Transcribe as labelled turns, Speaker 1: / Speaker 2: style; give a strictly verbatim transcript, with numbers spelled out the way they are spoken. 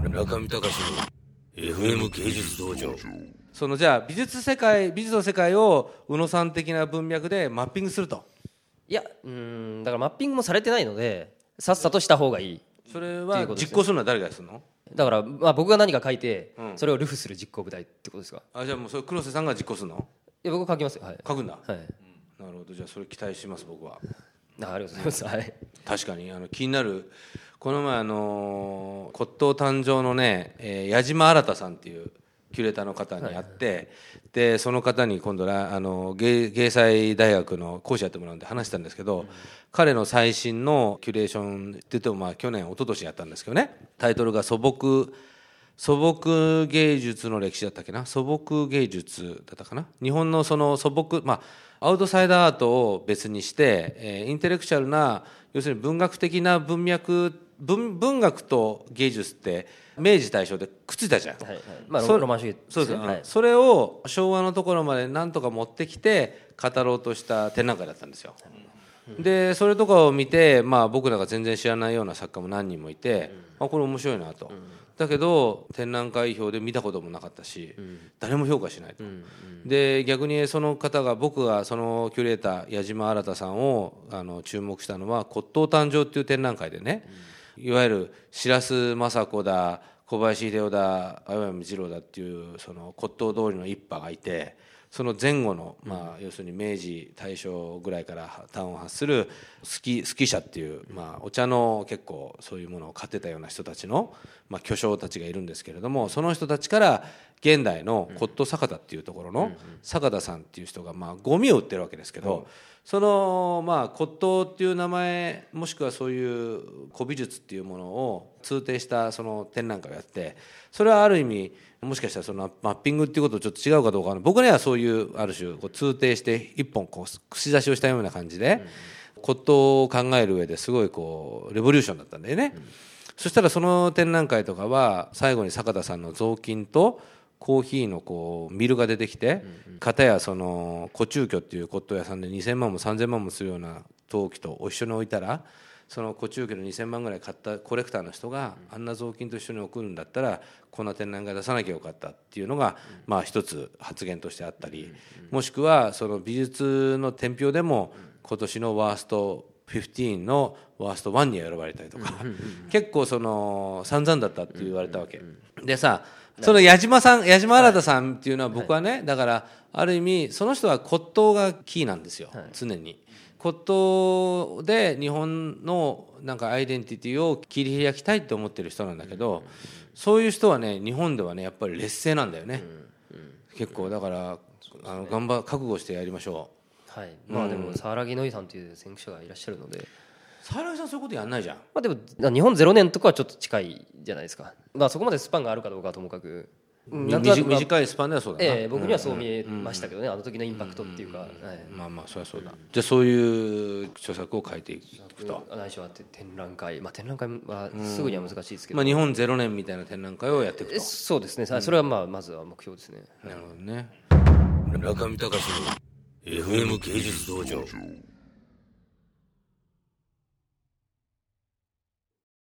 Speaker 1: 中見隆の エフエム 芸術道場。
Speaker 2: そのじゃあ美術世界美術の世界を宇野さん的な文脈でマッピングすると。
Speaker 3: いや、うーんだからマッピングもされてないのでさっさとした方がいい。
Speaker 2: それは実行するのは誰がするの？
Speaker 3: だから、まあ、僕が何か書いて、
Speaker 2: うん、
Speaker 3: それをルフする実行部隊ってことですか？
Speaker 2: あ、じゃあもうそれ黒瀬さんが実行するの？
Speaker 3: いや僕書きますよ、はい、
Speaker 2: 書くんだ、
Speaker 3: はい、
Speaker 2: うん、なるほど。じゃあそれ期待します僕は。
Speaker 3: あ、ありがとうございます、はい、
Speaker 2: 確かにあの気になる。この前あの骨董誕生のね、えー、矢島新さんっていうキュレーターの方に会って、はい、でその方に今度あの 芸, 芸祭大学の講師やってもらうんで話したんですけど、うん、彼の最新のキュレーションって言ってもまあ去年一昨年やったんですけどね、タイトルが素朴素朴芸術の歴史だったっけな、素朴芸術だったかな、日本のその素朴、まあアウトサイダーアートを別にして、えー、インテレクチャルな要するに文学的な文脈 文, 文学と芸術って明治大正でくっついたじゃん、はいはい、
Speaker 3: まあ、ロマン主義
Speaker 2: そうです、はい、それを昭和のところまでなんとか持ってきて語ろうとした展覧会だったんですよ、うん、でそれとかを見て、まあ、僕らが全然知らないような作家も何人もいて、うん、あこれ面白いなと、うん、だけど展覧会表で見たこともなかったし、うん、誰も評価しないと、うんうん、で逆にその方が僕がそのキュレーター矢島新さんをあの注目したのは骨董誕生っていう展覧会でね、うん、いわゆる白洲雅子だ小林秀夫だ青山二郎だっていうその骨董通りの一派がいて、その前後の、まあ、要するに明治大正ぐらいから端を発するスキ、スキ社っていう、まあ、お茶の結構そういうものを買ってたような人たちの、まあ、巨匠たちがいるんですけれども、その人たちから現代の骨董酒田っていうところの酒田さんっていう人が、まあ、ゴミを売ってるわけですけど、その、まあ、骨董っていう名前もしくはそういう古美術っていうものを通底したその展覧会をやって、それはある意味もしかしたらそのマッピングっていうこととちょっと違うかどうか、僕にはそういうある種こう通底して一本こう串刺しをしたような感じで骨董を考える上ですごいこうレボリューションだったんだよね、うん、そしたらその展覧会とかは最後に坂田さんの雑巾とコーヒーのこうミルが出てきて、片やその古中居っていう骨董屋さんでにせんまんもさんぜんまんもするような陶器と一緒に置いたら、その古中居のにせんまんぐらい買ったコレクターの人があんな雑巾と一緒に送るんだったらこんな展覧会出さなきゃよかったっていうのがまあ一つ発言としてあったり、もしくはその美術の展評でも今年のワーストじゅうごのワーストいちに選ばれたりとか、結構その散々だったって言われたわけでさ、その矢島さん、矢島新さんっていうのは僕はね、だからある意味その人は骨董がキーなんですよ、常に。骨董で日本のなんかアイデンティティを切り開きたいって思ってる人なんだけど、そういう人はね日本ではねやっぱり劣勢なんだよね、結構。だからあの頑張覚悟してやりましょ
Speaker 3: う。はい、まあでも沢良の井さんという先駆者がいらっしゃるので。
Speaker 2: 沢良さんそういうことやんないじゃん。
Speaker 3: まあでも日本ゼロねんとかはちょっと近いじゃないですか。まあそこまでスパンがあるかどうかはともかく。
Speaker 2: 短いスパンではそうだな、
Speaker 3: ええ、僕にはそう見えましたけどね、あの時のインパクトっていうか、はい、
Speaker 2: まあまあそりゃそうだ、うん、じゃあそういう著作を書いていくと、
Speaker 3: ないしは展覧会、まあ、展覧会はすぐには難しいですけど、
Speaker 2: まあ、日本ゼロねんみたいな展覧会をやっていくと。
Speaker 3: そうですね、それはまあまずは目標ですね、
Speaker 2: なるほどね。
Speaker 1: 中見隆の エフエム 芸術道場。